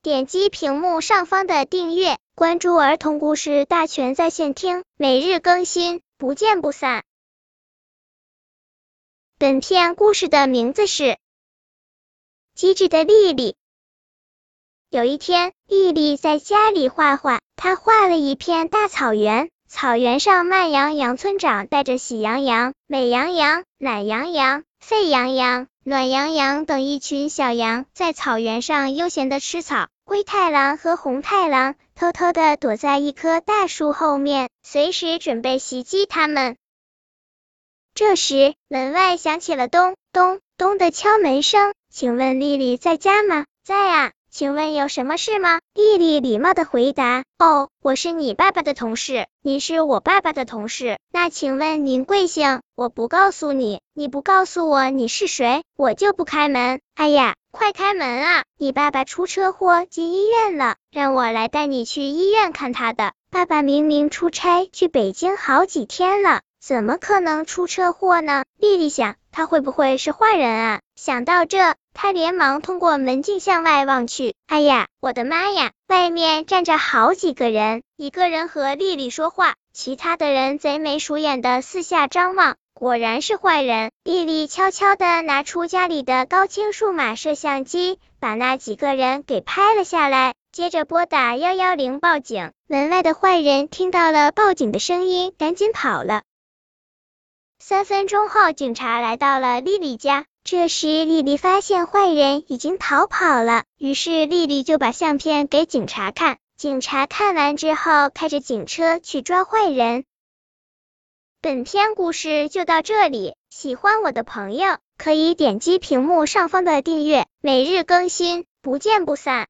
点击屏幕上方的订阅，关注儿童故事大全在线听，每日更新，不见不散。本片故事的名字是机智的莉莉。有一天，莉莉在家里画画，她画了一片大草原，草原上慢羊羊村长带着喜羊羊、美羊羊、懒羊羊、沸羊羊、暖羊羊等一群小羊在草原上悠闲地吃草。灰太狼和红太狼偷偷地躲在一棵大树后面，随时准备袭击他们。这时，门外响起了咚咚咚的敲门声。请问莉莉在家吗？在啊。请问有什么事吗？莉莉礼貌地回答，哦，我是你爸爸的同事。你是我爸爸的同事，那请问您贵姓？我不告诉你，你不告诉我你是谁，我就不开门。哎呀，快开门啊！你爸爸出车祸进医院了，让我来带你去医院看他的。爸爸明明出差去北京好几天了，怎么可能出车祸呢？莉莉想，他会不会是坏人啊？想到这，他连忙通过门镜向外望去，哎呀，我的妈呀，外面站着好几个人，一个人和莉莉说话，其他的人贼眉鼠眼的四下张望，果然是坏人。莉莉悄悄地拿出家里的高清数码摄像机，把那几个人给拍了下来，接着拨打110报警。门外的坏人听到了报警的声音，赶紧跑了。3分钟后，警察来到了莉莉家。这时莉莉发现坏人已经逃跑了，于是莉莉就把相片给警察看。警察看完之后，开着警车去抓坏人。本篇故事就到这里，喜欢我的朋友可以点击屏幕上方的订阅，每日更新，不见不散。